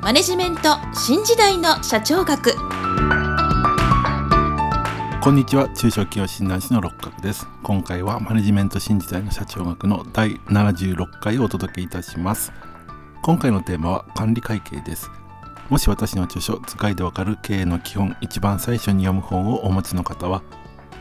マネジメント新時代の社長学。 こんにちは、中小企業診断士の六角です。今回はマネジメント新時代の社長学の第76回をお届けいたします。今回のテーマは管理会計です。もし私の著書図解でわかる経営の基本一番最初に読む本をお持ちの方は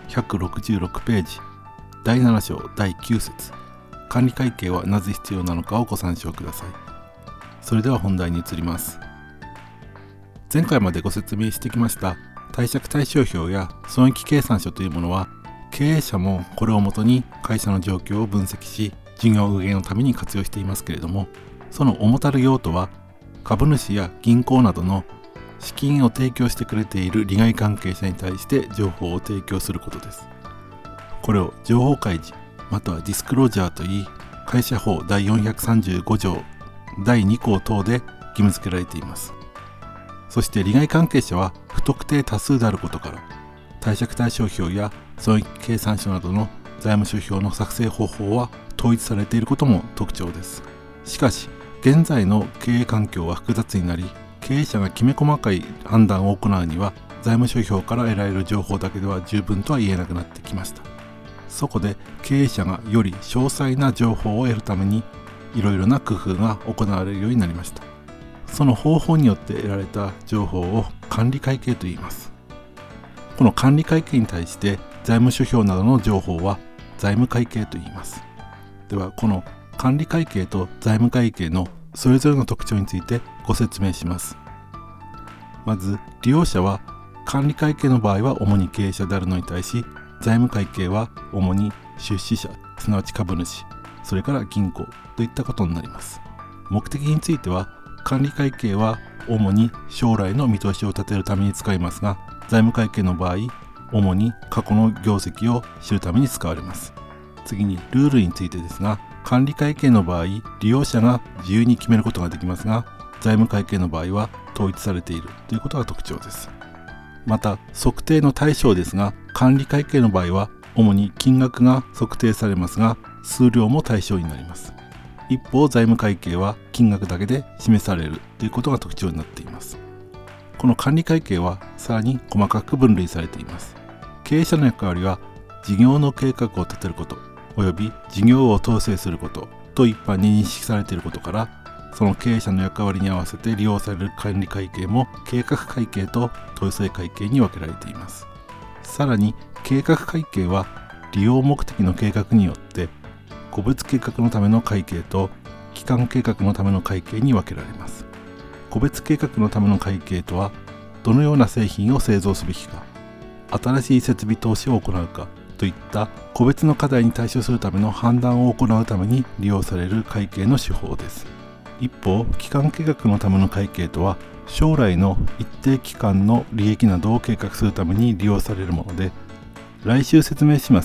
166ページ第7章第9節管理会計はなぜ必要なのかをご参照ください。それでは本題に移ります。前回までご説明してきました貸借対照表や損益計算書というものは、経営者もこれをもとに会社の状況を分析し事業運営のために活用していますけれども、その主たる用途は株主や銀行などの資金を提供してくれている利害関係者に対して情報を提供することです。これを情報開示またはディスクロージャーといい、会社法第435条第2項等で義務付けられています。そして利害関係者は不特定多数であることから、貸借対照表や損益計算書などの財務諸表の作成方法は統一されていることも特徴です。しかし現在の経営環境は複雑になり、経営者がきめ細かい判断を行うには財務諸表から得られる情報だけでは十分とは言えなくなってきました。そこで経営者がより詳細な情報を得るためにいろいろな工夫が行われるようになりました。その方法によって得られた情報を管理会計と言います。この管理会計に対して財務諸表などの情報は財務会計と言います。ではこの管理会計と財務会計のそれぞれの特徴についてご説明します。まず利用者は管理会計の場合は主に経営者であるのに対し、財務会計は主に出資者、すなわち株主、それから銀行といったことになります。目的については管理会計は主に将来の見通しを立てるために使いますが、財務会計の場合主に過去の業績を知るために使われます。次にルールについてですが、管理会計の場合利用者が自由に決めることができますが、財務会計の場合は統一されているということが特徴です。また測定の対象ですが、管理会計の場合は主に金額が測定されますが、数量も対象になります。一方財務会計は金額だけで示されるということが特徴になっています。この管理会計はさらに細かく分類されています。経営者の役割は事業の計画を立てることおよび事業を統制することと一般に認識されていることから、その経営者の役割に合わせて利用される管理会計も計画会計と統制会計に分けられています。さらに計画会計は利用目的の計画によって個別計画のための会計と期間計画のための会計に分けられます。個別計画のための会計とは、どのような製品を製造すべきか、新しい設備投資を行うかといった個別の課題に対処するための判断を行うために利用される会計の手法です。一方期間計画のための会計とは、将来の一定期間の利益などを計画するために利用されるもので、来週説明します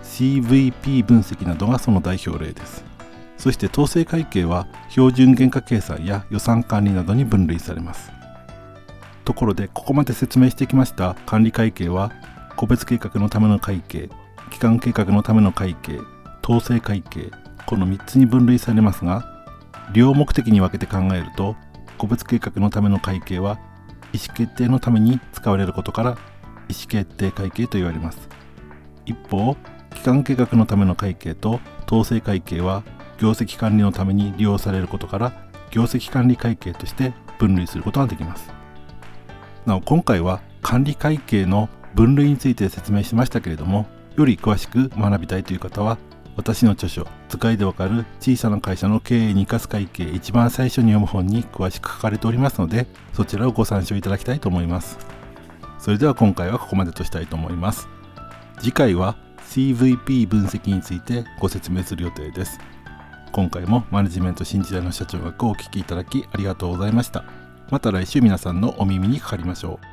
CVP 分析などがその代表例です。そして統制会計は標準原価計算や予算管理などに分類されます。ところでここまで説明してきました管理会計は、個別計画のための会計、期間計画のための会計、統制会計、この3つに分類されますが、利用目的に分けて考えると、個別計画のための会計は意思決定のために使われることから意思決定会計と言われます。一方期間計画のための会計と統制会計は業績管理のために利用されることから業績管理会計として分類することができます。なお今回は管理会計の分類について説明しましたけれども、より詳しく学びたいという方は私の著書図解でわかる小さな会社の経営に生かす会計一番最初に読む本に詳しく書かれておりますので、そちらをご参照いただきたいと思います。それでは今回はここまでとしたいと思います。次回は CVP 分析についてご説明する予定です。今回もマネジメント新時代の社長学をお聞きいただきありがとうございました。また来週皆さんのお耳にかかりましょう。